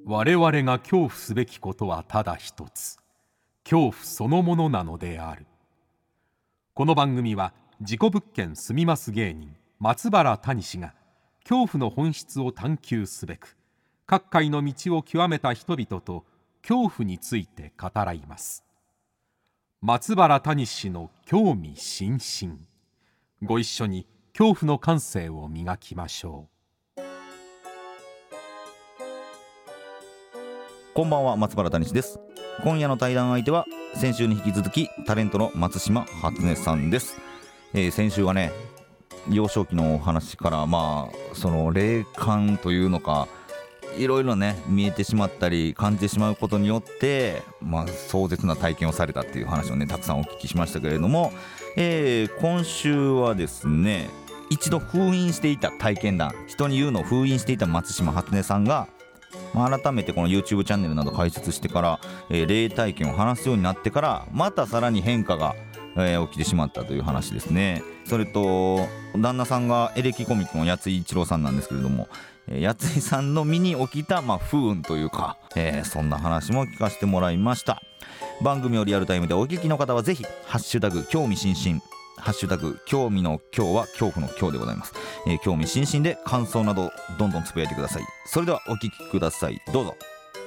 我々が恐怖すべきことはただ一つ、恐怖そのものなのである。この番組は事故物件住みます芸人松原谷氏が恐怖の本質を探求すべく各界の道を極めた人々と恐怖について語らいます。松原谷氏の興味津々、ご一緒に恐怖の感性を磨きましょう。 こんばんは、松原谷氏です。今夜の対談相手は先週に引き続きタレントの松島初音さんです。先週はね、幼少期のお話からその霊感というのかいろいろね見えてしまったり感じてしまうことによって壮絶な体験をされたっていう話をねたくさんお聞きしましたけれども、今週はですね、一度封印していた体験談、人に言うのを封印していた松島初音さんが改めてこの YouTube チャンネルなど開設してから、霊体験を話すようになってからまたさらに変化が、起きてしまったという話ですね。それと旦那さんがエレキコミックの八井一郎さんなんですけれども、八井さんの身に起きた不運というか、そんな話も聞かせてもらいました。番組をリアルタイムでお聞きの方はぜひハッシュタグ興味津々、ハッシュタグ興味の今日は恐怖の今日でございます。興味津々で感想などどんどんつぶやいてください。それではお聞きください、どうぞ。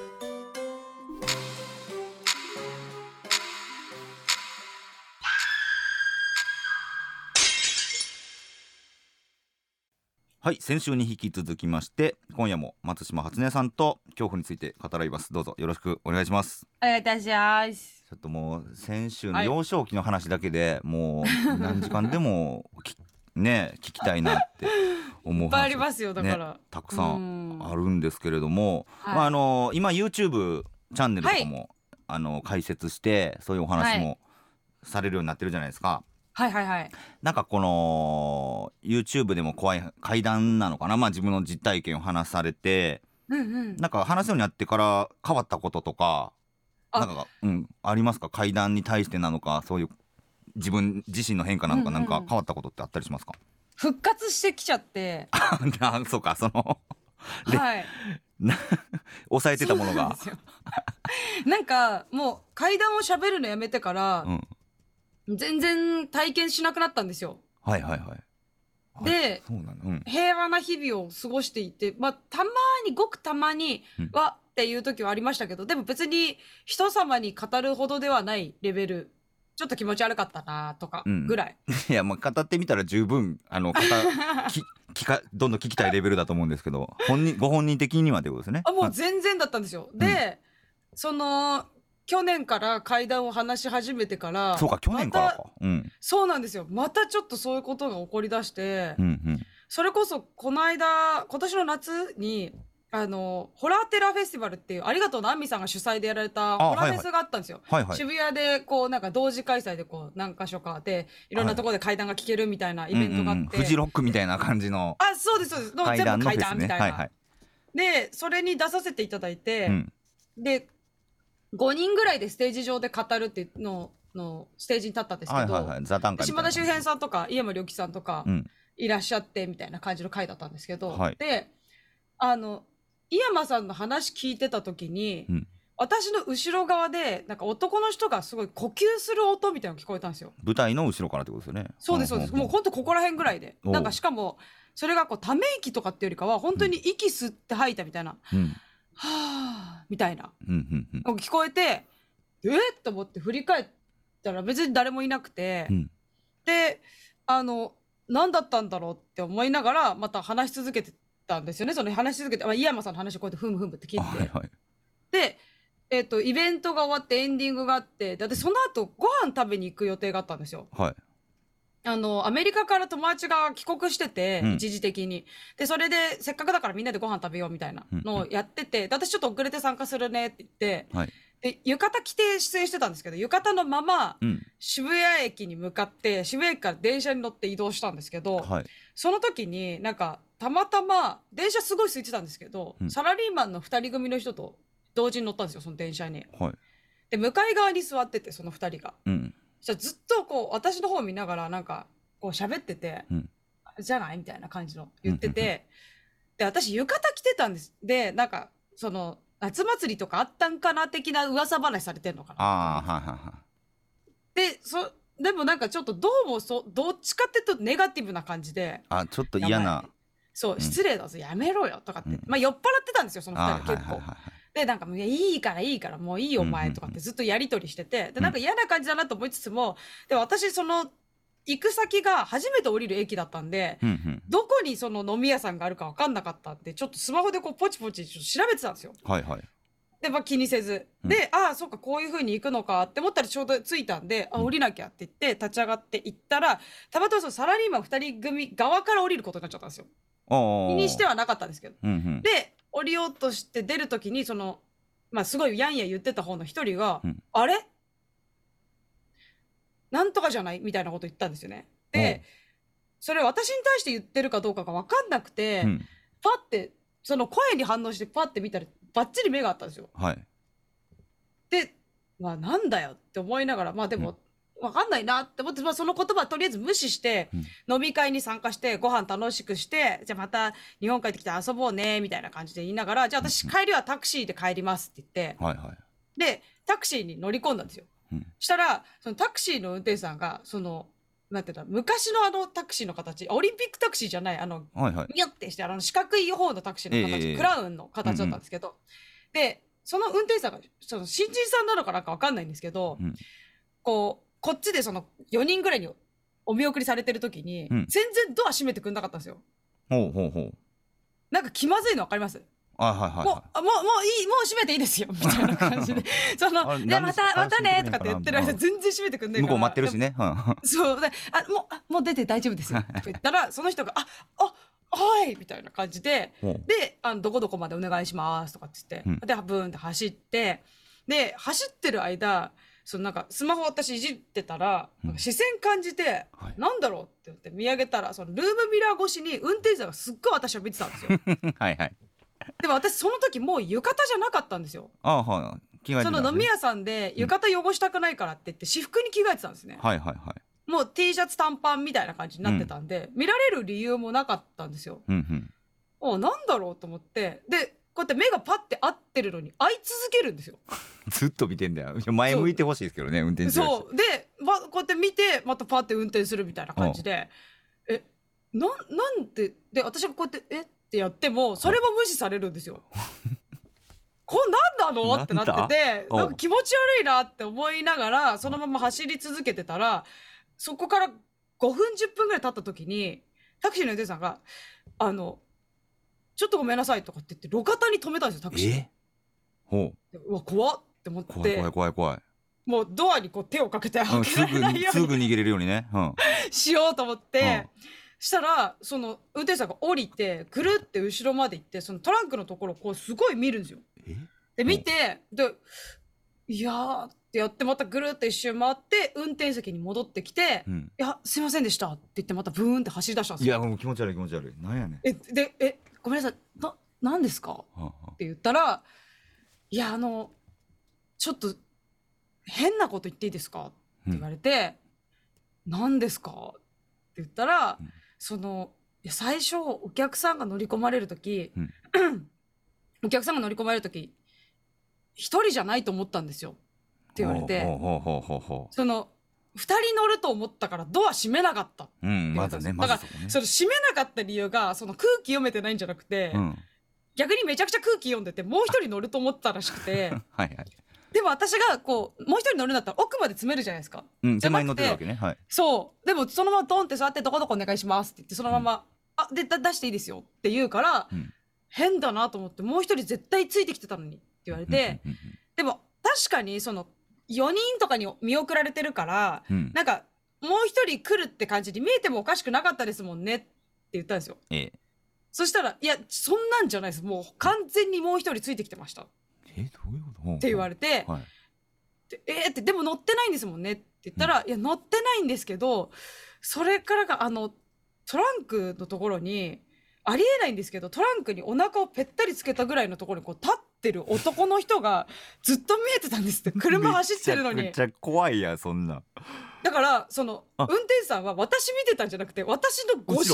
はい、先週に引き続きまして今夜も松島初音さんと恐怖について語らいます。どうぞよろしくお願いします。 お願いいたします。 ちょっともう先週の幼少期の話だけでもう何時間でも聞きたいなって思う話いっぱいありますよ。だから、 ね、たくさんあるんですけれども、 はい、 今 YouTube チャンネルとかも、開設してそういうお話もされるようになってるじゃないですか。 はいはいはい。 なんかこの YouTube でも怖い怪談なのかな、自分の実体験を話されて、なんか話すようになってから変わったこととかなんか、ありますか？怪談に対してなのか、そういう自分自身の変化なのか、なんか変わったことってあったりしますか？ 復活してきちゃってそうか、そのはい抑えてたものがなんかもう怪談を喋るのやめてから、全然体験しなくなったんですよ。 はいはいはい。 で、 そうなの、 平和な日々を過ごしていて、たまにごくたまにはっていう時はありましたけど、でも別に人様に語るほどではないレベル、ちょっと気持ち悪かったなとかぐらい、 いや語ってみたら十分どんどん聞きたいレベルだと思うんですけど、ご本人的にはってことですね。 もう全然だったんですよ。で、その去年から怪談を話し始めてから、 そうか、去年からか、 そうなんですよ。またちょっとそういうことが起こりだして、それこそ今年の夏にホラーテラーフェスティバルっていうありがとうのあんみさんが主催でやられたホラーフェスがあったんですよ。渋谷でこうなんか同時開催でこう何か所かでいろんなところで怪談が聞けるみたいなイベントがあって、 フジロックみたいな感じの、 そうですそうです、全部怪談みたいな、でそれに出させていただいて、で5人ぐらいでステージ上で語るっていうのステージに立ったんですけど、島田秀平さんとか井山良樹さんとかいらっしゃってみたいな感じの回だったんですけど、で井山さんの話聞いてた時に、私の後ろ側でなんか男の人がすごい呼吸する音みたいなの聞こえたんですよ。 舞台の後ろからってことですよね。 そうですそうです、もうほんとここら辺ぐらいで、なんかしかもそれがこうため息とかっていうよりかは本当に息吸って吐いたみたいな、はぁみたいな、聞こえて、っと思って振り返ったら別に誰もいなくて、で何だったんだろうって思いながらまた話し続けてたんですよね。その話し続けて、井山さんの話をこうやってふむふむって聞いて、で、イベントが終わってエンディングがあって、でその後ご飯食べに行く予定があったんですよ。アメリカから友達が帰国してて、一時的に。で、それで、せっかくだからみんなでご飯食べようみたいなのをやってて、で私ちょっと遅れて参加するねって言って、で、浴衣着て出演してたんですけど、浴衣のまま、渋谷駅に向かって、渋谷駅から電車に乗って移動したんですけど、その時になんか、たまたま、電車すごい空いてたんですけど、サラリーマンの2人組の人と同時に乗ったんですよ、その電車に。で、向かい側に座ってて、その2人が。じゃずっとこう私の方を見ながらなんかこう喋ってて、じゃないみたいな感じの言ってて、で私浴衣着てたんです。でなんかその夏祭りとかあったんかな的な噂話されてんのかな。 ああ、はいはいはい。 でもなんかちょっとどうもどっちかっていうとネガティブな感じで、 あ、ちょっと嫌な。 そう、失礼だぞ、やめろよとかって、まあ酔っ払ってたんですよ、その2人結構。で、なんかもういいからもういいよお前とかってずっとやり取りしてて、で、なんか嫌な感じだなと思いつつも、で、私行く先が初めて降りる駅だったんで、どこにその飲み屋さんがあるか分かんなかったんで、ちょっとスマホでこうポチポチ調べてたんですよ。 はいはい。 で、まあ気にせず。で、そうか、こういう風に行くのかって思ったらちょうど着いたんで、降りなきゃって言って立ち上がって行ったら、たまたまそのサラリーマン2人組側から降りることになっちゃったんですよ。気にしてはなかったんですけど。で、降りようとして出るときに、まあすごいやんや言ってた方の一人が、あれなんとかじゃないみたいなこと言ったんですよね。で、それ私に対して言ってるかどうかが分かんなくて、パッて、その声に反応してパッて見たら、バッチリ目があったんですよ。 はい。 で、まあなんだよって思いながら、まあでも、分かんないなって思って、まあその言葉はとりあえず無視して、飲み会に参加して、ご飯楽しくして、じゃあまた日本帰ってきて遊ぼうね、みたいな感じで言いながら、じゃあ私帰りはタクシーで帰りますって言って、 はいはい。 で、タクシーに乗り込んだんですよ。したら、そのタクシーの運転手さんが、なんていうんだ、昔のタクシーの形、オリンピックタクシーじゃない、ニュってして、四角い方のタクシーの形、クラウンの形だったんですけど、で、その運転手さんが、新人さんなのかなんかわかんないんですけど、こっちで4人ぐらいにお見送りされてる時に、全然ドア閉めてくんなかったんですよ。なんか気まずいのわかります？もう閉めていいですよみたいな感じでまたねとかって言ってる間全然閉めてくんねえから、 向こう待ってるしね。 そうで、もう出て大丈夫ですよって言ったら、その人がはいみたいな感じで、でどこどこまでお願いしますとかって言って、でブーンって走って、で走ってる間なんかスマホ私いじってたら、視線感じて、なんだろうって言って見上げたら、ルームミラー越しに運転手さんがすっごい私を見てたんですよ。 はいはい。 でも私その時もう浴衣じゃなかったんですよ。 着替えてたんですね。 飲み屋さんで浴衣汚したくないからって言って私服に着替えてたんですね。 はいはいはい。 もう T シャツ短パンみたいな感じになってたんで、見られる理由もなかったんですよ。なんだろうと思って、でこうやって目がパッて合ってるのに会い続けるんですよ。 ずっと見てんだよ。前向いてほしいですけどね、運転手。 そうで、こうやって見てまたパッて運転するみたいな感じで、なんで私がこうやってってやってもそれも無視されるんですよ。何なのってなってて、なんか気持ち悪いなって思いながらそのまま走り続けてたら、そこから5分10分ぐらい経った時にタクシーの運転手さんがちょっとごめんなさいとかって言って路肩に止めたんですよ、タクシー。うわ怖っって思って、 怖いもうドアにこう手をかけて開けられないようにすぐ逃げれるようにね、 しようと思って、したらその運転手さんが降りてくるって後ろまで行って、そのトランクのところをこうすごい見るんですよ。で見て、でいやーってやってまたぐるって一周回って運転席に戻ってきて、いやすいませんでしたって言ってまたブーンって走り出したんですよ。 いやもう気持ち悪いなんやねん。 でごめんなさい、何ですかって言ったら、いやちょっと変なこと言っていいですかって言われて、何ですかって言ったら、いや最初お客さんが乗り込まれる時、お客さんが乗り込まれる時一人じゃないと思ったんですよって言われて、2人乗ると思ったからドア閉めなかったって言われたんですよ。だから閉めなかった理由が空気読めてないんじゃなくて、逆にめちゃくちゃ空気読んでてもう一人乗ると思ったらしくてでも私がもう一人乗るんだったら奥まで詰めるじゃないですか。 手前に乗ってるわけね。 そうでもそのままドンって座ってどこどこお願いしますって言って、そのままで出していいですよって言うから、変だなと思って、もう一人絶対ついてきてたのにって言われて、でも確かに4人とかに見送られてるから、なんかもう一人来るって感じに見えてもおかしくなかったですもんねって言ったんですよ。そしたら、いやそんなんじゃないです、もう完全にもう一人ついてきてましたどういうことって言われて、ってでも乗ってないんですもんねって言ったら、いや乗ってないんですけど、それからがトランクのところにありえないんですけど、トランクにお腹をぺったりつけたぐらいのところにこう立ってる男の人がずっと見えてたんですって。車走ってるのに。 めっちゃ怖いやそんな。 だから運転手さんは私見てたんじゃなくて、私の越しの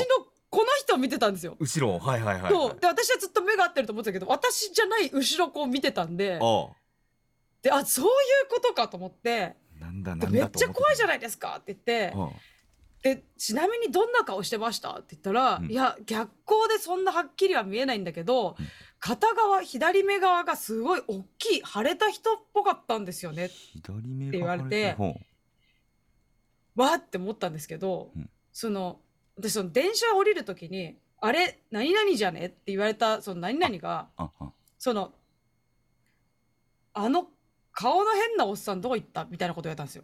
この人を見てたんですよ。 後ろ、はいはいはい、 そうで私はずっと目が合ってると思ってたけど、私じゃない後ろこう見てたんで、でそういうことかと思って、なんだめっちゃ怖いじゃないですかって言って、でちなみにどんな顔してましたって言ったら、いや逆光でそんなはっきりは見えないんだけど、片側左目側がすごい大きい腫れた人っぽかったんですよねって言われて、わーって思ったんですけど、私その電車降りるときにあれ何々じゃねって言われたその何々があの顔の変なおっさんどこ行ったみたいなこと言われたんですよ。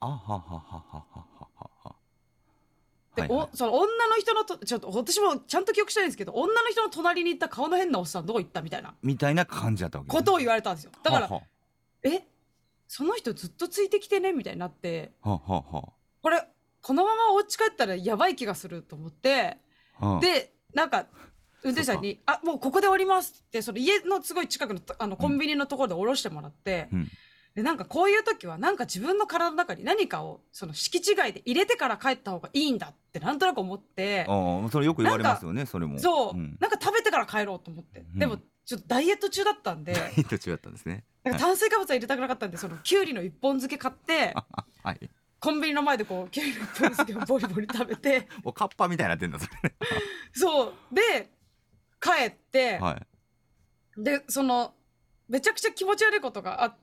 でその女の人のちょっと私もちゃんと記憶したいんですけど、女の人の隣に行った顔の変なおっさんどこ行ったみたいな感じだったわけ、 ことを言われたんですよ。だからその人ずっとついてきてねみたいになって、これこのままお家帰ったらやばい気がすると思って、でなんか運転手さんに「もうここで降ります」ってその家のすごい近くのコンビニのところで降ろしてもらって、でなんかこういう時はなんか自分の体の中に何かをその敷地外で入れてから帰った方がいいんだってなんとなく思って、 それよく言われますよね。それもそう、なんか食べてから帰ろうと思って、でもちょっとダイエット中だったんで、ダイエット中だったんですね。 なんか炭水化物は入れたくなかったんで、そのきゅうりの一本漬け買ってコンビニの前でこうきゅうりの一本漬けをボリボリ食べてもうカッパみたいになってんだそれそうで帰って、でそのめちゃくちゃ気持ち悪いことがあって、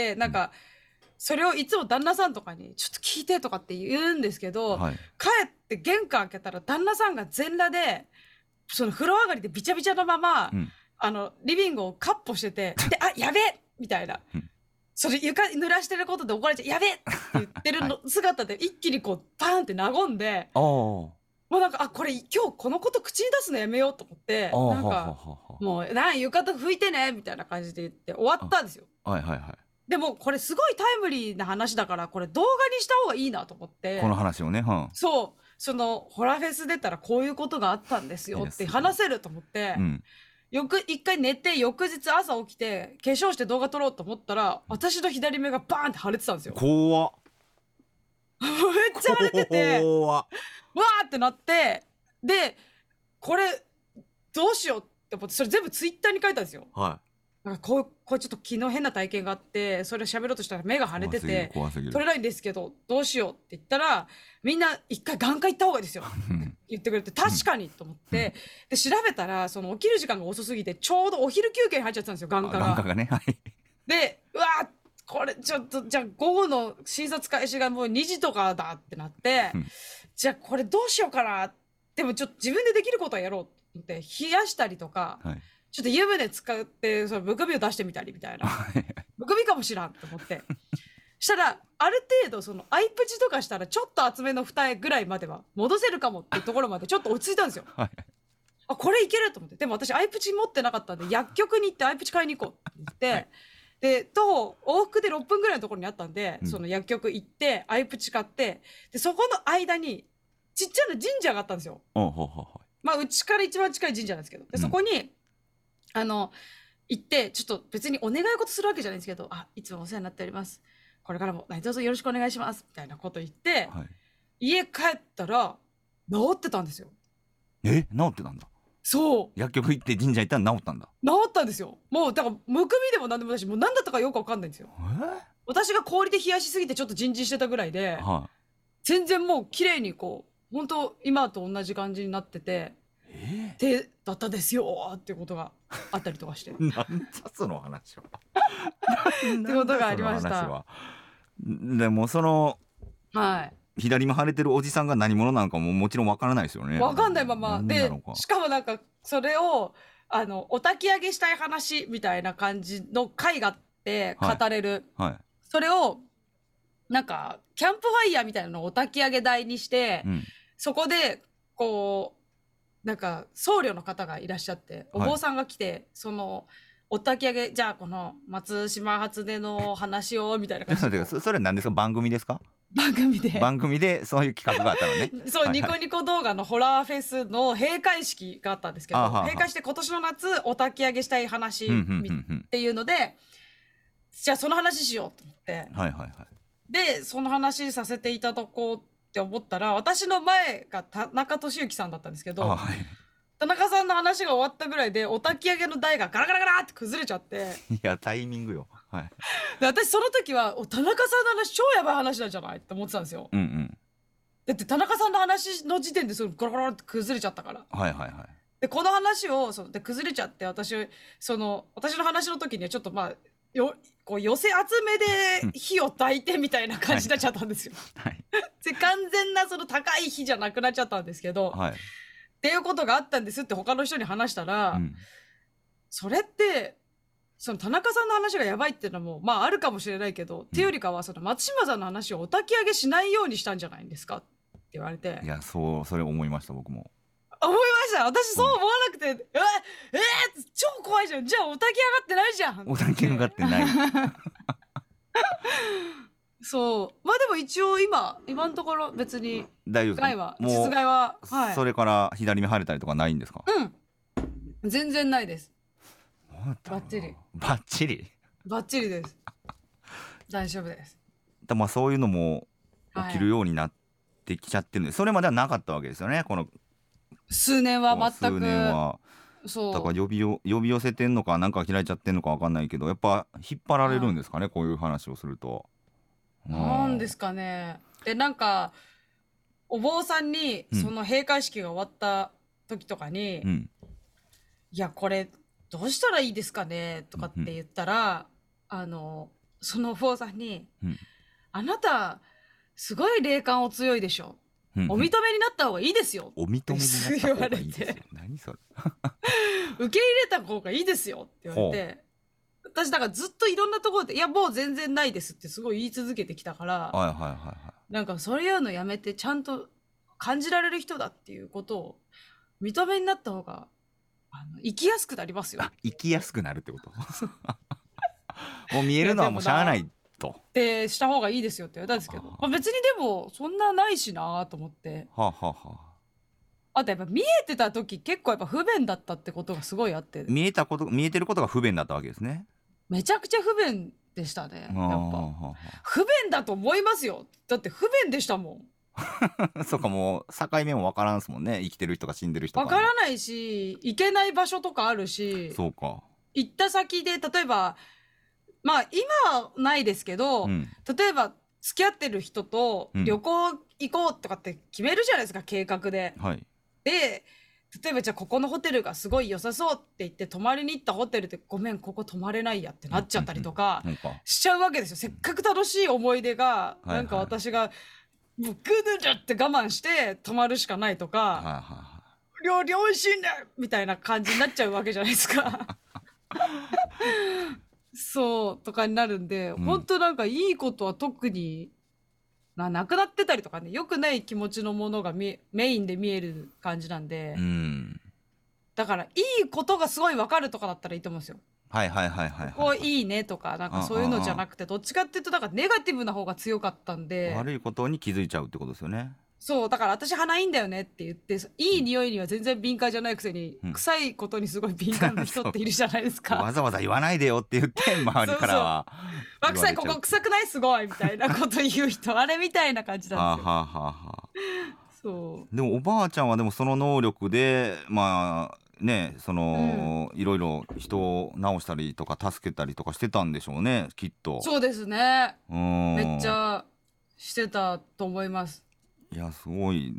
なんかそれをいつも旦那さんとかにちょっと聞いてとかって言うんですけど、帰って玄関開けたら旦那さんが全裸でその風呂上がりでビチャビチャのまま、リビングをカッポしてて、でやべえみたいな、それ床濡らしてることで怒られちゃうやべえって言ってるの姿で一気にこうパーンって和んで、もうなんかこれ今日このこと口に出すのやめようと思って、なんかもう浴衣拭いてねみたいな感じで言って終わったんですよ。でもこれすごいタイムリーな話だからこれ動画にした方がいいなと思って、 この話をね、 そうそのホラフェス出たらこういうことがあったんですよって話せると思って、一回寝て翌日朝起きて化粧して動画撮ろうと思ったら、私の左目がバーンって腫れてたんですよ。 怖っめっちゃ腫れててわーってなって、でこれどうしようって思ってそれ全部ツイッターに書いたんですよ。なんかこれちょっと昨日変な体験があってそれ喋ろうとしたら目が腫れてて取れないんですけどどうしようって言ったら、みんな一回眼科行った方がいいですよって言ってくれて、確かにと思って、で調べたらその起きる時間が遅すぎてちょうどお昼休憩に入っちゃってたんですよ、眼科が。でうわーこれちょっとじゃあ午後の診察開始がもう2時とかだってなって、じゃあこれどうしようかな、でもちょっと自分でできることはやろうと思って冷やしたりとか、ちょっと湯船使ってそのむくみを出してみたりみたいなむくみかもしらんと思ってしたらある程度そのアイプチとかしたらちょっと厚めの二重ぐらいまでは戻せるかもっていうところまでちょっと落ち着いたんですよ。これいけると思って、でも私アイプチ持ってなかったんで薬局に行ってアイプチ買いに行こうって言って、で徒歩往復で6分ぐらいのところにあったんで、その薬局行ってアイプチ買って、でそこの間にちっちゃな神社があったんですよ。まあうちから一番近い神社なんですけど、でそこに行ってちょっと別にお願い事するわけじゃないんですけど、いつもお世話になっております、これからも何卒よろしくお願いしますみたいなこと言って、家帰ったら治ってたんですよ。 治ってたんだ。 そう薬局行って神社行ったら治ったんだ。 治ったんですよ。もうだからむくみでも何でもないし、もう何だったかよく分かんないんですよ。私が氷で冷やしすぎてちょっとジンジンしてたぐらいで、全然もう綺麗にこう本当今と同じ感じになってて、手だったですよっていうことがあったりとかしてなんだその話はってことがありました。 でもその左目腫れてるおじさんが何者なのかももちろんわからないですよね。 わかんないままで、しかもなんかそれをお焚き上げしたい話みたいな感じの回があって語れる、それをなんかキャンプファイヤーみたいなのをお焚き上げ台にして、そこでこうなんか僧侶の方がいらっしゃってお坊さんが来て、そのお焚き上げじゃあこの松島初音の話をみたいな感じでそれ何ですか、番組ですか？ 番組でそういう企画があったのねそう、ニコニコ動画のホラーフェスの閉会式があったんですけど、閉会して今年の夏お焚き上げしたい話っていうので、じゃあその話しようと思って、でその話させていただこうっって思ったら、私の前が田中俊之さんだったんですけど、 はい、 田中さんの話が終わったぐらいでお焚き上げの台がガラガラガラって崩れちゃって、 いやタイミングよ、はい、 で私その時は田中さんの話超やばい話なんじゃないって思ってたんですよ、 うんうん、 だって田中さんの話の時点でそのガラガラって崩れちゃったから、 はいはいはい、 でこの話をで崩れちゃって、私の話の時にはちょっとこう寄せ集めで火を焚いてみたいな感じになっちゃったんですよ、 はい、 で完全なその高い火じゃなくなっちゃったんですけど、 はい、 っていうことがあったんですって他の人に話したら、うん、それってその田中さんの話がやばいっていうのもあるかもしれないけど、っていうよりかはその松島さんの話をお焚き上げしないようにしたんじゃないんですかって言われて、 いやそれ思いました。僕も思いました。私そう思わなくて、超怖いじゃん。じゃあお焚き上がってないじゃん。 お焚き上がってないそうでも一応今のところ別に大丈夫ですか？実害は、はい、 それから左目腫れたりとかないんですか？ 全然ないです。バッチリです大丈夫です。 そういうのも起きるようになってきちゃってるんで、それまではなかったわけですよね、この数年は全く。 数年はそうだから呼び寄せてんのかなんか開いちゃってんのか分かんないけど、やっぱ引っ張られるんですかね、こういう話をすると。 なんですかね。でなんかお坊さんにその閉会式が終わった時とかに、いやこれどうしたらいいですかねとかって言ったら、そのお坊さんに、あなたすごい霊感お強いでしょ、お認めになった方がいいですよ、 お認めになった方がいいですよ何それ受け入れた方がいいですよって言われて、私だからずっといろんなところでいやもう全然ないですってすごい言い続けてきたから、なんかそういうのやめてちゃんと感じられる人だっていうことを認めになった方が生きやすくなりますよ。 生きやすくなるってこともう見えるのはもうしゃあないとでした方がいいですよって言われたんですけど、別にでもそんなないしなと思って、あとやっぱ見えてた時結構やっぱ不便だったってことがすごいあって、 見えてることが不便だったわけですね。 めちゃくちゃ不便でしたね。やっぱ不便だと思いますよ。だって不便でしたもんそうか、もう境目も分からんすもんね、生きてる人か死んでる人か分からないし、行けない場所とかあるし、 そうか、 行った先で例えば今はないですけど、例えば付き合ってる人と旅行行こうとかって決めるじゃないですか、計画で、で例えばじゃあここのホテルがすごい良さそうって言って泊まりに行ったホテルでごめんここ泊まれないやってなっちゃったりとかしちゃうわけですよ。せっかく楽しい思い出がなんか私がもうグドゥって我慢して泊まるしかないとか、料理おいしいねみたいな感じになっちゃうわけじゃないですかそうとかになるんで、本当なんかいいことは特になくなってたりとかね、良くない気持ちのものがメインで見える感じなんで、だからいいことがすごい分かるとかだったらいいと思うんですよ。こういいねとかなんかそういうのじゃなくて、どっちかっていうとなんかネガティブな方が強かったんで、 悪いことに気づいちゃうってことですよね。 そうだから私鼻いいんだよねって言っていい匂いには全然敏感じゃないくせに、臭いことにすごい敏感な人っているじゃないですかわざわざ言わないでよって言って周りからは臭い、ここ臭くないすごいみたいなこと言う人あれみたいな感じなんですよそうでもおばあちゃんはでもその能力でね、いろいろ人を治したりとか助けたりとかしてたんでしょうね、きっと。 そうですね、めっちゃしてたと思います。 いやすごいな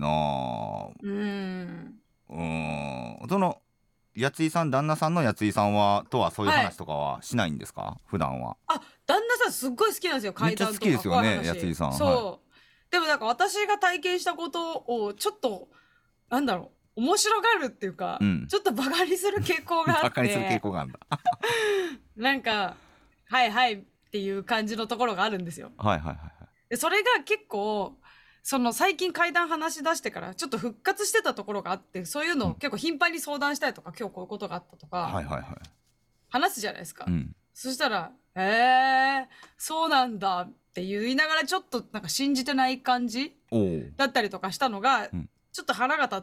そのやついさん、旦那さんのやついさんはとはそういう話とかはしないんですか、普段は。 旦那さんすっごい好きなんですよ、階段とか。 めっちゃ好きですよね、やついさん。 でもなんか私が体験したことをちょっとなんだろう面白がるっていうか、ちょっとバカにする傾向があってバカにする傾向があるんだなんかはいはいっていう感じのところがあるんですよ。でそれが結構最近怪談話し出してからちょっと復活してたところがあって、そういうのを結構頻繁に相談したりとか、今日こういうことがあったとか話すじゃないですか、そしたらそうなんだって言いながらちょっとなんか信じてない感じだったりとかしたのが、ちょっと腹が立って、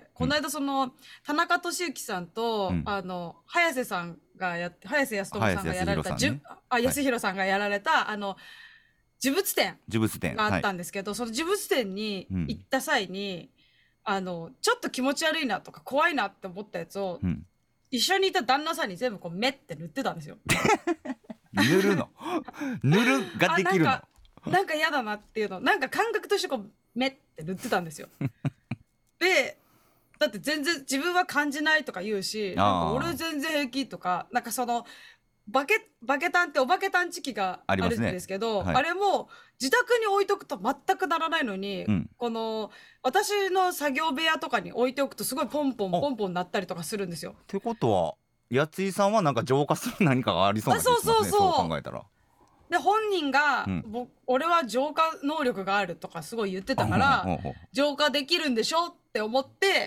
この間田中俊之さんと、早瀬さんが早瀬康友さんがやられた、康弘さんがやられた呪物展があったんですけど、 はい、 その呪物展に行った際に、ちょっと気持ち悪いなとか怖いなって思ったやつを、一緒にいた旦那さんに全部こう目って塗ってたんですよ。 塗るの塗るができるのなんか嫌だなっていうのなんか感覚としてこう目って塗ってたんですよ。でだって全然自分は感じないとか言うし、なんか俺全然平気とか、なんかそのバケタンってお化け探知機があるんですけど、あれも自宅に置いとくと全くならないのに、この私の作業部屋とかに置いておくとすごいポンポンポンポン鳴ったりとかするんですよ。 ってことはやついさんはなんか浄化する何かがありそうな気がしますね。そう考えたら。 で本人が、俺は浄化能力があるとかすごい言ってたから浄化できるんでしょって思って、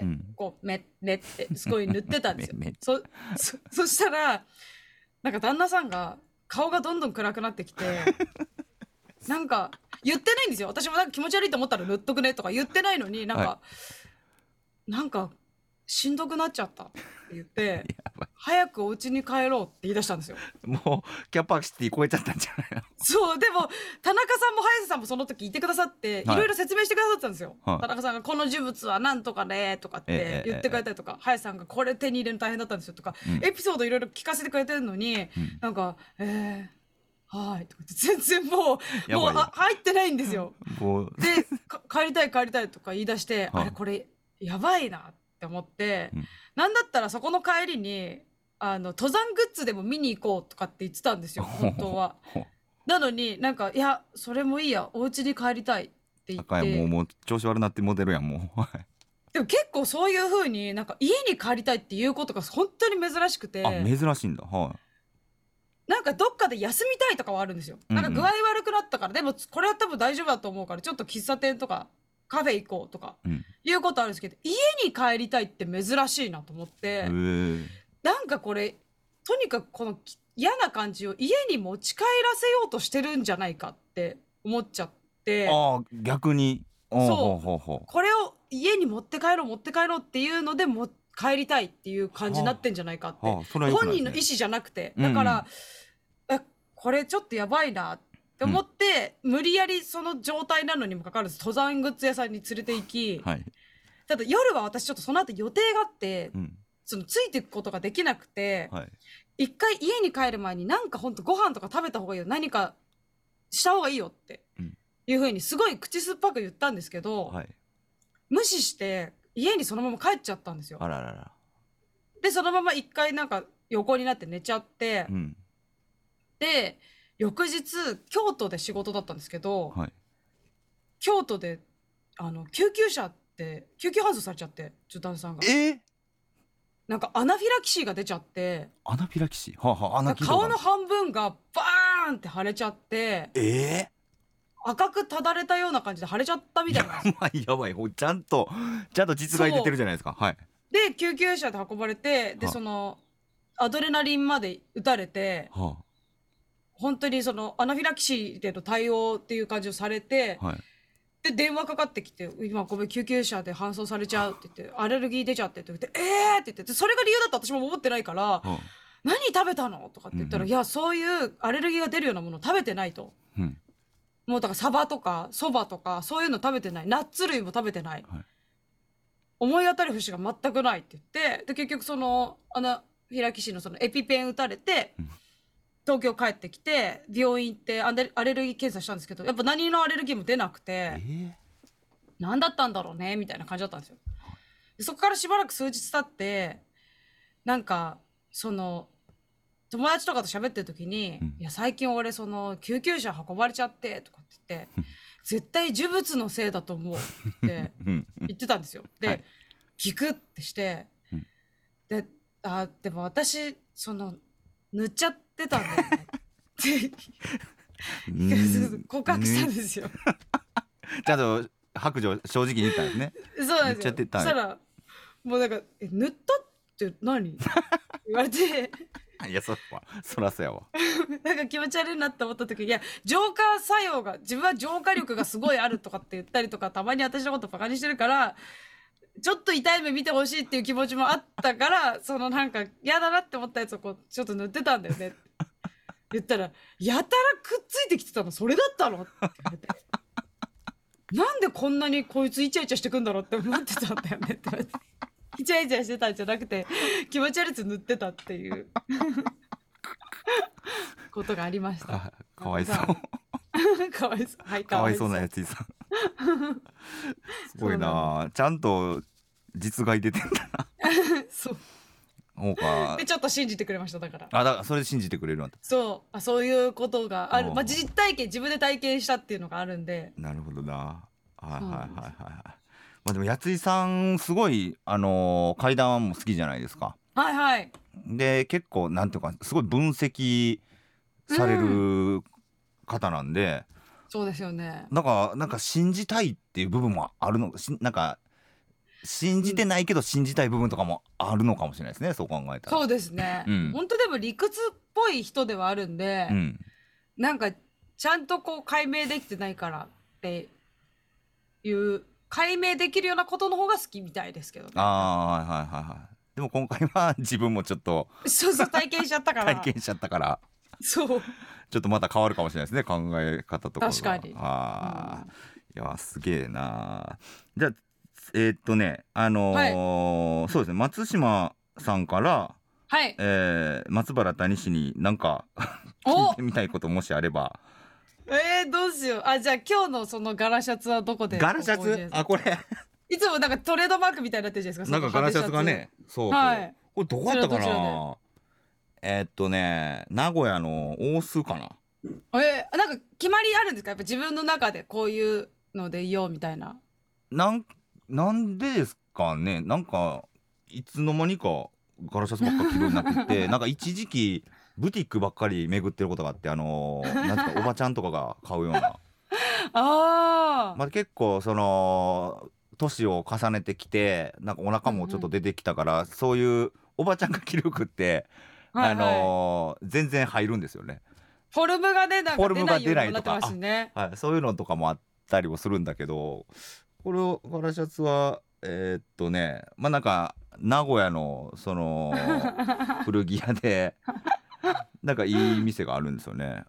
こう目ってすごい塗ってたんですよ。そしたらなんか旦那さんが顔がどんどん暗くなってきてなんか言ってないんですよ。私もなんか気持ち悪いと思ったら塗っとくねとか言ってないのになんかしんどくなっちゃったって言って早くお家に帰ろうって言い出したんですよ。 もうキャパシティ超えちゃったんじゃないの。 そうでも田中さんも早瀬さんもその時いてくださっていろいろ説明してくださったんですよ。田中さんがこの呪物はなんとかねとかって言ってくれたりとか、早瀬さんがこれ手に入れるの大変だったんですよとか、エピソードいろいろ聞かせてくれてるのに、なんかはいとかって全然もう入ってないんですよ。で帰りたいとか言い出して、あれこれやばいなって思って、なんだったらそこの帰りに登山グッズでも見に行こうとかって言ってたんですよ本当は。なのになんかいやそれもいいやお家に帰りたいって言って、 もう調子悪なってモデルやんもう。 でも結構そういう風になんか家に帰りたいっていうことが本当に珍しくて。 珍しいんだ。 なんかどっかで休みたいとかはあるんですよ。なんか具合悪くなったから、でもこれは多分大丈夫だと思うからちょっと喫茶店とかカフェ行こうとかいうことあるんですけど、家に帰りたいって珍しいなと思って、なんかこれとにかくこの嫌な感じを家に持ち帰らせようとしてるんじゃないかって思っちゃって。 逆にそうこれを家に持って帰ろうっていうのでも帰りたいっていう感じになってんじゃないかって、本人の意思じゃなくて、だから、これちょっとやばいなって思って、無理やりその状態なのにもかかわらず登山グッズ屋さんに連れて行き、ただ夜は私ちょっとその後予定があって、そのついていくことができなくて、一回家に帰る前になんかほんとご飯とか食べた方がいいよ、何かした方がいいよっていう風にすごい口酸っぱく言ったんですけど、無視して家にそのまま帰っちゃったんですよ。でそのまま一回なんか横になって寝ちゃって、で翌日京都で仕事だったんですけど、京都で救急車って救急搬送されちゃって、旦那さんがなんかアナフィラキシーが出ちゃって。 アナフィラキシー、 顔の半分がバーンって腫れちゃって、赤くただれたような感じで腫れちゃったみたいな。 やばいちゃんと実害出てるじゃないですか。 で救急車で運ばれて、でそのアドレナリンまで打たれて、本当にそのアナフィラキシーでの対応っていう感じをされて、で電話かかってきて、今ごめん救急車で搬送されちゃうって言って、アレルギー出ちゃってって言って、って言って、それが理由だって私も思ってないから、何食べたのとかって言ったら、いやそういうアレルギーが出るようなものを食べてないと、もうだからサバとかそばとかそういうの食べてない、ナッツ類も食べてない、思い当たる節が全くないって言って、で結局そのアナフィラキシーのそのエピペン打たれて、東京帰ってきて病院行ってアレルギー検査したんですけど、やっぱ何のアレルギーも出なくて、何だったんだろうねみたいな感じだったんですよ。でそこからしばらく数日経って、なんかその友達とかと喋ってる時に、いや最近俺その救急車運ばれちゃってとかって言って絶対呪物のせいだと思うって言ってたんですよ。で、ギクってして、でも私その塗っちゃってたんだよねって告白したんですよ。 ちゃんと白状正直に言ったんですね。 そうなんですよ。そしたらもうなんか塗ったって何言われていやそらそうやわなんか気持ち悪いなって思った時、いや浄化作用が、自分は浄化力がすごいあるとかって言ったりとか、たまに私のことバカにしてるからちょっと痛い目見てほしいっていう気持ちもあったから、そのなんか嫌だなって思ったやつをこうちょっと塗ってたんだよね。 言ったらやたらくっついてきてたのそれだったのって言われてなんでこんなにこいつイチャイチャしてくんだろうって思ってたんだよねって言われてイチャイチャしてたんじゃなくて気持ち悪いやつ塗ってたっていうことがありました。 かわいそうかわいそう、はい、 かわいそうなやついさんすごいな、ちゃんと実害出てんだなそうそうかでちょっと信じてくれました。だからだからそれで信じてくれるんだ。 そういうことがある、実体験自分で体験したっていうのがあるんで。 なるほどな。はいはいはいはい。まあでもやついさんすごい怪談も好きじゃないですか。 はいはい。 で結構なんていうかすごい分析される方なんで、 そうですよね。 なんか信じたいっていう部分もあるの、なんか信じてないけど信じたい部分とかもあるのかもしれないですね、そう考えたら。 そうですね、本当でも理屈っぽい人ではあるんで、なんかちゃんとこう解明できてないからっていう解明できるようなことの方が好きみたいですけどね。 はいはいはいはい。でも今回は自分もちょっとそう体験しちゃったから体験しちゃったからそうちょっとまた変わるかもしれないですね、考え方とかが。 確かに。 いやすげえな。じゃあそうですね、松島さんから、 はい、 松原谷氏に何か聞いてみたいこともしあれば。 どうしよう。じゃあ今日のそのガラシャツはどこで？ ガラシャツ？これいつもなんかトレードマークみたいになってるじゃないですか。 なんかガラシャツがね、そう、 はい、 これどこやったかな。名古屋の大須かな。 なんか決まりあるんですか？やっぱ自分の中でこういうのでいようみたいな。 なんでですかね。なんかいつの間にかガラシャツばっか着るようになってきてなんか一時期ブティックばっかり巡ってることがあって、なんかおばちゃんとかが買うようなまあ結構その年を重ねてきてなんかお腹もちょっと出てきたから、そういうおばちゃんが着る服って、全然入るんですよね。 フォルムがね、なんか出ないようになってますね。 そういうのとかもあったりもするんだけど、これをガラシャツはまあなんか名古屋のその古着屋でなんかいい店があるんですよね。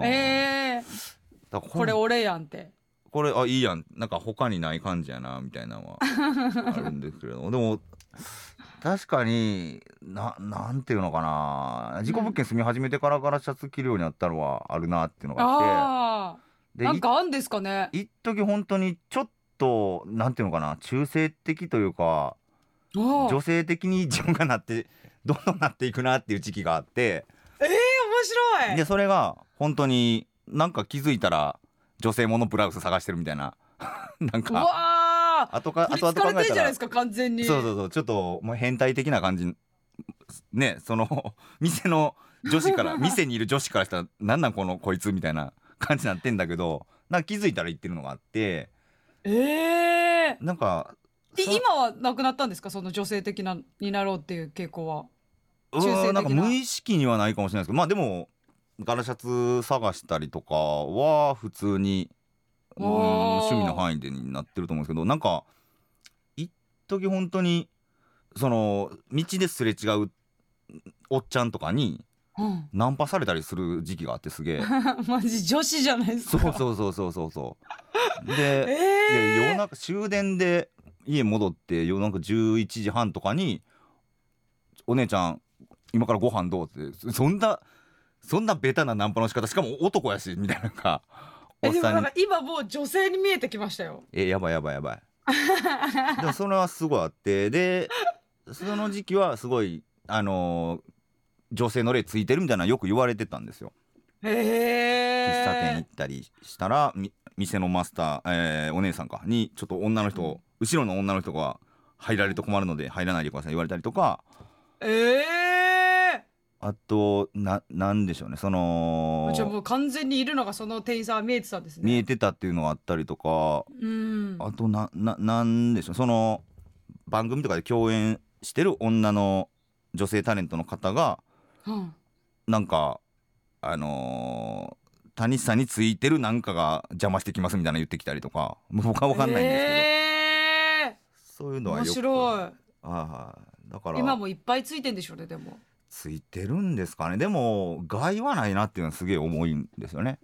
これ俺やんって。 これいいやん、なんか他にない感じやなみたいなのはあるんですけれどもでも確かになんていうのかな、自己物件住み始めてからガラシャツ着るようになったのはあるなっていうのがあって、 なんかあんですかね。 一時本当にちょっとなんていうのかな、中性的というか女性的に自分がどんどんなっていくなっていう時期があって、 面白い。 でそれが本当になんか気づいたら女性ものブラウス探してるみたいななんか後々考えたらじゃないですか、完全に。 そうちょっともう変態的な感じね、その店の女子から店にいる女子からしたらなんこのこいつみたいな感じになってんだけど、なんか気づいたら言ってるのがあって、なんか今はなくなったんですか、その女性的なになろうっていう傾向は。 なんか無意識にはないかもしれないですけど、まあでもガラシャツ探したりとかは普通に趣味の範囲でになってると思うんですけど、なんか一時本当にその道ですれ違うおっちゃんとかにナンパされたりする時期があって、すげえマジ女子じゃないですか。 そうで、夜中終電で家戻って夜中11時半とかにお姉ちゃん今からご飯どうって、そんなベタなナンパの仕方、しかも男やしみたいなのがでもなんか今もう女性に見えてきましたよ。 やばいでもそれはすごいあって、でその時期はすごい女性の霊ついてるみたいなのよく言われてたんですよ。喫茶店行ったりしたら店のマスター、お姉さんにちょっと女の人、後ろの女の人が入られると困るので入らないでください言われたりとか、あとなんでしょうね、そのじゃあもう完全にいるのがその店員さんは見えてたんですね。 見えてたっていうのがあったりとか、あとなんでしょう、その番組とかで共演してる女の女性タレントの方が、なんか谷さんについてるなんかが邪魔してきますみたいな言ってきたりとか、僕は分かんないんですけど、そういうのはよく面白い。 だから今もいっぱいついてんでしょうね。でもついてるんですかね。でも害はないなっていうのはすげえ重いんですよね。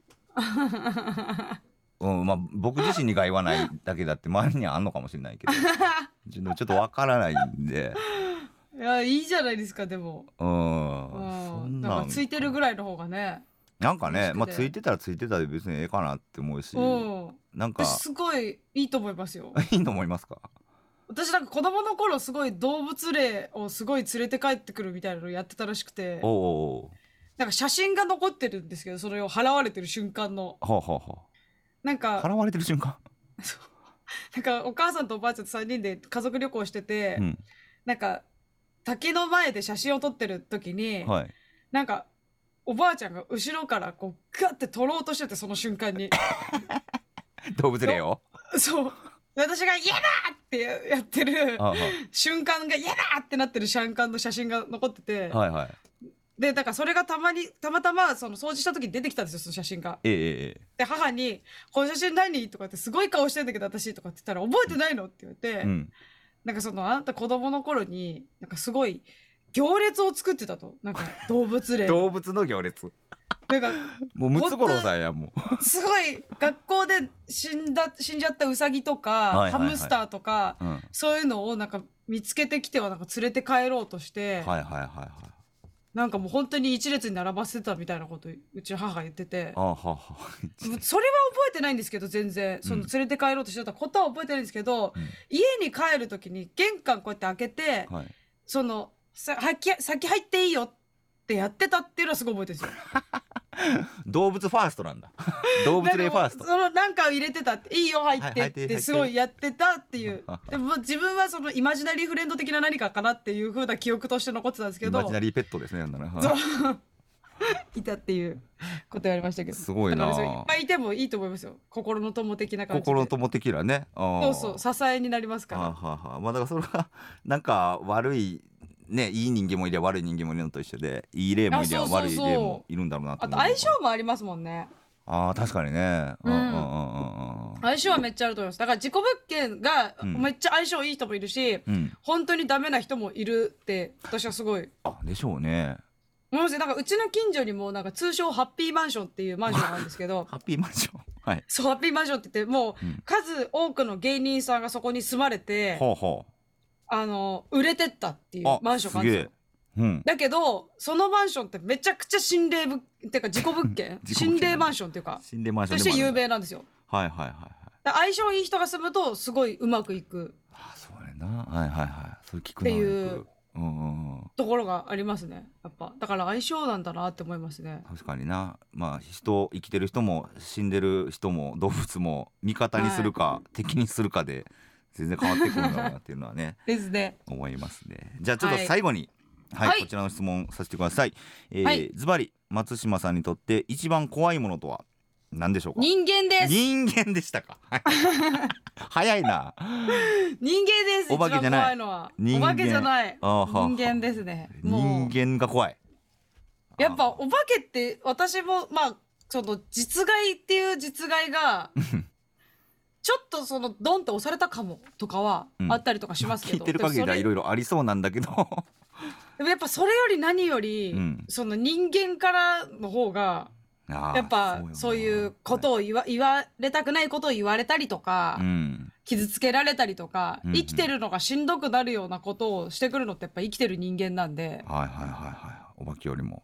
まあ僕自身に害はないだけだって周りにはあんのかもしれないけどちょっとわからないんで。 いやいいじゃないですか。でもそんなんかついてるぐらいの方がね。 なんかね、まあついてたらついてたで別にええかなって思うし、なんかすごいいいと思いますよ。 いいと思いますか。 私なんか子供の頃すごい動物霊をすごい連れて帰ってくるみたいなのをやってたらしくて、なんか写真が残ってるんですけど、それを払われてる瞬間のなんか払われてる瞬間なんかお母さんとおばあちゃんと3人で家族旅行してて、なんか滝の前で写真を撮ってる時に、なんかおばあちゃんが後ろからこうガッて撮ろうとしてて、その瞬間に動物霊をそう私が「嫌だ!」ってやってる瞬間が「嫌だ!」ってなってる瞬間の写真が残ってて、でだからそれがたまたまその掃除した時に出てきたんですよ、その写真が。で母に「この写真何?」とかってすごい顔してんだけど私とかって言ったら「覚えてないの?」って言われて、なんかそのあなた子供の頃になんかすごい行列を作ってたと、なんか動物霊動物の行列なんかもうムツゴロウさんやもうすごい学校で死んじゃったウサギとかハムスターとか、そういうのをなんか見つけてきてはなんか連れて帰ろうとして、なんかもう本当に一列に並ばせてたみたいなことうちの母が言ってて、それは覚えてないんですけど、全然その連れて帰ろうとしてたことは覚えてないんですけど、家に帰る時に玄関こうやって開けて、その先入っていいよってやってたっていうのはすごい覚えてるんですよ。 動物ファーストなんだ。動物霊ファースト。 そのなんか入れてたって、いいよ入ってってすごいやってたっていう。でも自分はそのイマジナリーフレンド的な何かかなっていう風な記憶として残ってたんですけど。 イマジナリーペットですね。 そういたっていうこと言われましたけど。 すごいな。 いっぱいいてもいいと思いますよ。心の友的な感じで。 心の友的なね。 そう支えになりますから。 まあだからそれはなんか悪い。ね、いい人間もいれば悪い人間もいるのと一緒で、いい霊もいれば悪い霊もいるんだろうなと思う。 あと相性もありますもんね。 確かにね。 相性はめっちゃあると思います。だから自己物件がめっちゃ相性いい人もいるし、本当にダメな人もいるって私はすごい。 でしょうね。 なんかうちの近所にもなんか通称ハッピーマンションっていうマンションがあるんですけどハッピーマンション、 そうハッピーマンションって言ってもう数多くの芸人さんがそこに住まれて、売れてったっていうマンションがあるんですよ。だけどそのマンションってめちゃくちゃ心霊っていうか自己物件心霊マンションっていうか心霊マンションとして有名なんですよ。相性いい人が住むとすごいうまくいく。 そうやな。それ聞くなっていうところがありますね。やっぱだから相性なんだなって思いますね。 確かにな。まあ生きてる人も死んでる人も動物も味方にするか敵にするかで全然変わってくるんだろうなっていうのはねですね、 思いますね。じゃあちょっと最後に、こちらの質問させてください。ズバリ松島さんにとって一番怖いものとは何でしょうか。 人間です。 人間でしたか。早いな。 人間です。 お化けじゃない。 一番怖いのはお化けじゃない。人間ですね。 人間が怖い。 やっぱお化けって私もまあその実害っていう実害がちょっとそのドンって押されたかもとかはあったりとかしますけど、 聞いてる限りではいろいろありそうなんだけどでもやっぱそれより何より、その人間からの方がやっぱそういうことを言われたくないことを言われたりとか、傷つけられたりとか、生きてるのがしんどくなるようなことをしてくるのってやっぱ生きてる人間なんで。 お化けよりも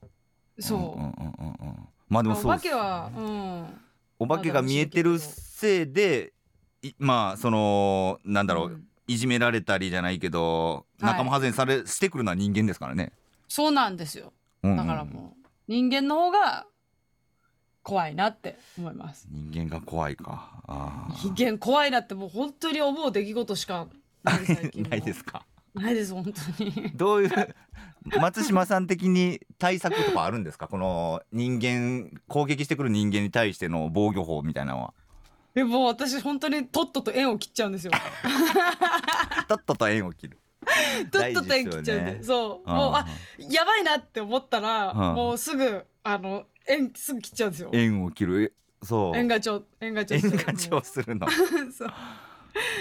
そうまあでもそうお化けはお化けが見えてるせいでまあそのなんだろう、いじめられたりじゃないけど仲間外れしてくるのは人間ですからね。 そうなんですよ。だからもう人間の方が怖いなって思います。 人間が怖いか。 人間怖いなってもう本当に思う出来事しかない最近ないですか。 ないです本当に。 どういう松島さん的に対策とかあるんですか。この人間攻撃してくる人間に対しての防御法みたいなのは。 もう私本当にとっとと縁を切っちゃうんですよ。 とっとと縁を切る。 とっとと縁切っちゃうんで、そうもうやばいなって思ったら、もうすぐ縁すぐ切っちゃうんですよ。 縁を切る。そう縁がちょするの。 そう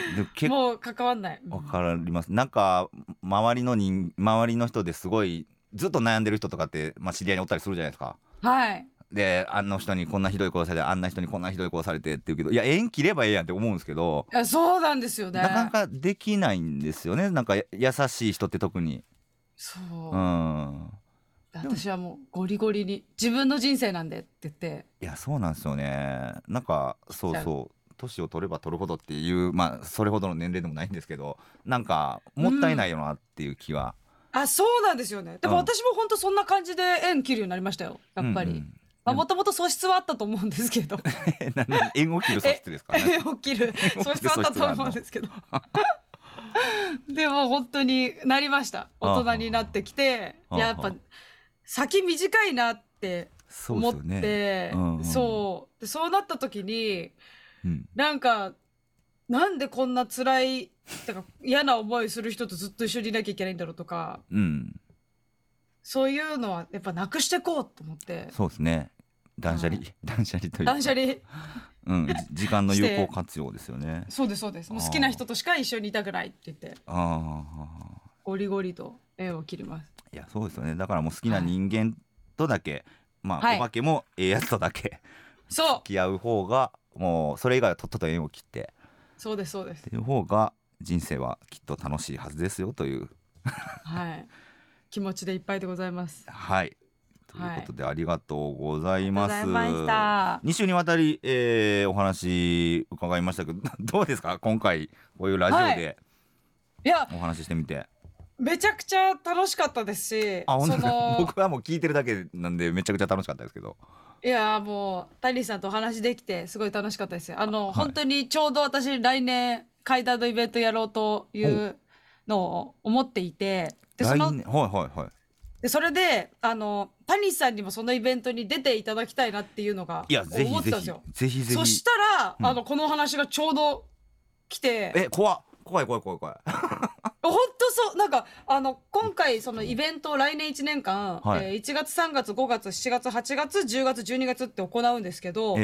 もう関わんない。 わかります。なんか周りの人ですごいずっと悩んでる人とかって、知り合いにおったりするじゃないですか。 はいであの人にこんなひどいことされて、あんな人にこんなひどいことされてって言うけど、いや縁切ればええやんって思うんですけど、 いやそうなんですよね。 なかなかできないんですよね。なんか優しい人って特に。 そう、私はもうゴリゴリに自分の人生なんでって言って。 いやそうなんですよね。なんかそう年を取れば取るほどっていう、それほどの年齢でもないんですけど、なんかもったいないよなっていう気は、 そうなんですよね。でも私も本当そんな感じで縁切るようになりましたよ、やっぱり。もともと素質はあったと思うんですけど縁を切る素質ですかね。 縁を切る素質はあったと思うんですけどでも本当になりました。大人になってきて、やっぱ先短いなって思って、そうなった時に、なんでこんな辛い嫌な思いする人とずっと一緒にいなきゃいけないんだろうとか、そういうのはやっぱなくしていこうと思って。 そうですね、断捨離というか、 断捨離時間の有効活用ですよね。 そうですそうです。もう好きな人としか一緒にいたくないって言って、ゴリゴリと縁を切ります。 いやそうですよね。だからもう好きな人間とだけ、お化けもええやつとだけ付き合う方が、もうそれ以外はとっとと縁を切って、 そうですそうですっていう方が人生はきっと楽しいはずですよという気持ちでいっぱいでございます。 はいということで、ありがとうございます。 2 週にわたり、お話伺いましたけどどうですか、今回こういうラジオでお話ししてみて。 めちゃくちゃ楽しかったですし、 僕はもう聞いてるだけなんでめちゃくちゃ楽しかったですけど、 いやもう谷さんとお話できてすごい楽しかったですよ。本当にちょうど私来年怪談のイベントやろうというのを思っていて、でそれで谷さんにもそのイベントに出ていただきたいなっていうのが思ってたんですよ。 ぜひそしたら、この話がちょうど来て、 怖い本当そう、なんか今回そのイベントを来年1年間、1月3月5月7月8月10月12月って行うんですけど、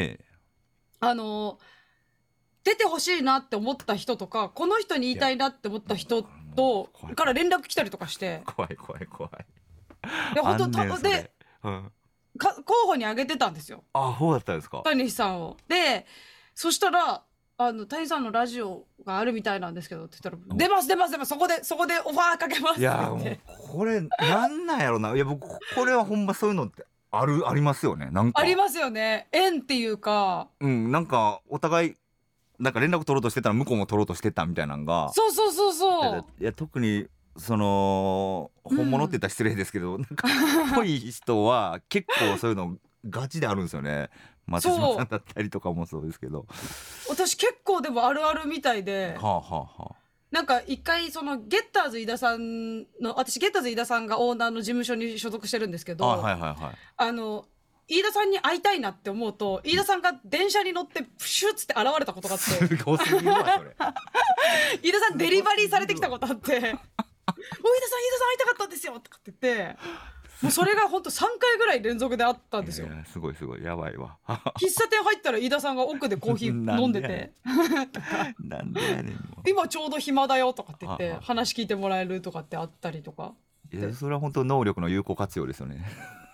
出てほしいなって思った人とか、この人に言いたいなって思った人とから連絡来たりとかして、 怖い本当で、候補に挙げてたんですよ。 そうだったんですか。 谷さんを。でそしたら谷さんのラジオがあるみたいなんですけどって言ったら、出ますそこでオファーかけますって。 いやもうこれなんやろな。いや僕これはほんまそういうのってありますよね。なんかありますよね。縁っていうか、 なんかお互いなんか連絡取ろうとしてたら向こうも取ろうとしてたみたいなのが、 そういや特にその本物って言ったら失礼ですけど、なんか濃い人は結構そういうのガチであるんですよね。松島さんだったりとかもそうですけど、 私結構でもあるあるみたいで、なんか一回そのゲッターズ飯田さんの、私ゲッターズ飯田さんがオーナーの事務所に所属してるんですけど、飯田さんに会いたいなって思うと、飯田さんが電車に乗ってプシュッつって現れたことがあって、 すごすぎるわそれ飯田さんデリバリーされてきたことあって飯田さん会いたかったんですよとかって言って、もうそれが本当3回ぐらい連続であったんですよ。 すごいやばいわ喫茶店入ったら飯田さんが奥でコーヒー飲んでてなんでやねん今ちょうど暇だよとかって言って話聞いてもらえるとかってあったりとか。 いやそれは本当能力の有効活用ですよね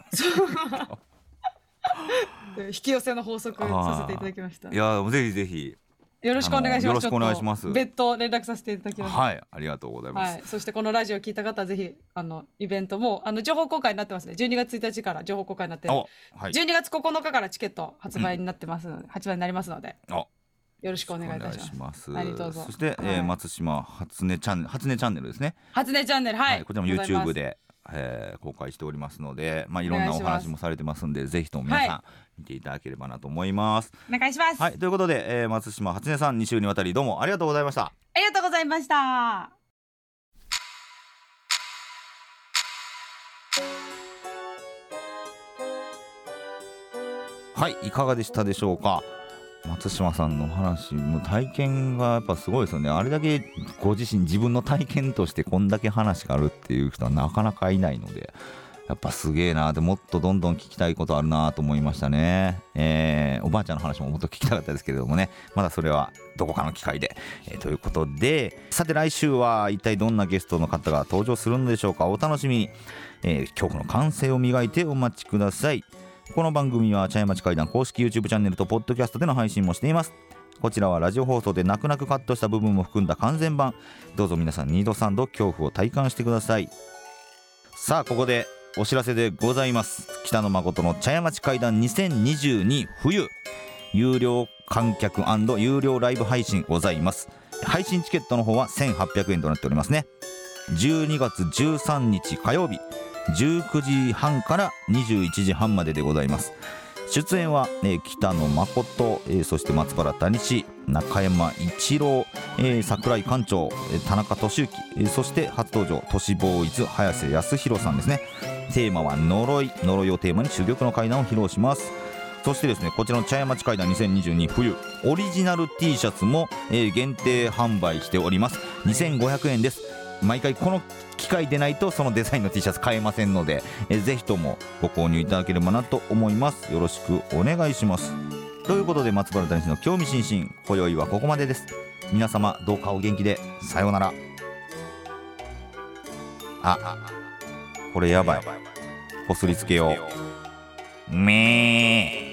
引き寄せの法則させていただきました。 いやぜひよろしくお願いします。 よろしくお願いします。 別途連絡させていただきます。 はい、ありがとうございます。 そしてこのラジオ聞いた方はぜひイベントも情報公開になってますね。12月1日から情報公開になって、12月9日からチケット発売になってます、発売になりますので、よろしくお願いいたします。何卒。 そして、松島初音チャンネルですね。 初音チャンネル、 こちらも YouTube で公開しておりますので、いろんなお話もされてますんで、ぜひとも皆さん見ていただければなと思います。 お願いします。 ということで、松島初音さん2週にわたりどうもありがとうございました。 ありがとうございました。 いかがでしたでしょうか。松島さんの話の体験がやっぱすごいですよね。あれだけご自身自分の体験としてこんだけ話があるっていう人はなかなかいないので、 やっぱすげえな。でもっとどんどん聞きたいことあるなと思いましたね。おばあちゃんの話ももっと聞きたかったですけれどもね、まだそれはどこかの機会で、ということで、さて来週は一体どんなゲストの方が登場するのでしょうか。お楽しみに、恐怖の感性を磨いてお待ちください。この番組は茶屋町怪談公式 YouTube チャンネルとポッドキャストでの配信もしています。こちらはラジオ放送で泣く泣くカットした部分も含んだ完全版。どうぞ皆さん2度3度恐怖を体感してください。さあここでお知らせでございます。北野誠の茶屋町怪談2022冬、有料観客&有料ライブ配信ございます。配信チケットの方は1800円となっておりますね。12月13日火曜日19時半から21時半まででございます。出演は、北野誠、そして松原谷氏、中山一郎、櫻井館長、田中俊之、そして初登場都市ボーイズ早瀬康弘さんですね。テーマは呪いをテーマに珠玉の怪談を披露します。そしてですね、こちらの茶屋町怪談2022冬オリジナル T シャツも、限定販売しております。2500円です。毎回この機会でないとそのデザインの T シャツ買えませんので、ぜひともご購入いただければなと思います。よろしくお願いします。ということで松原谷氏の興味津々、今宵はここまでです。皆様どうかお元気で。さようなら。これやばい。こすりつけよう。めー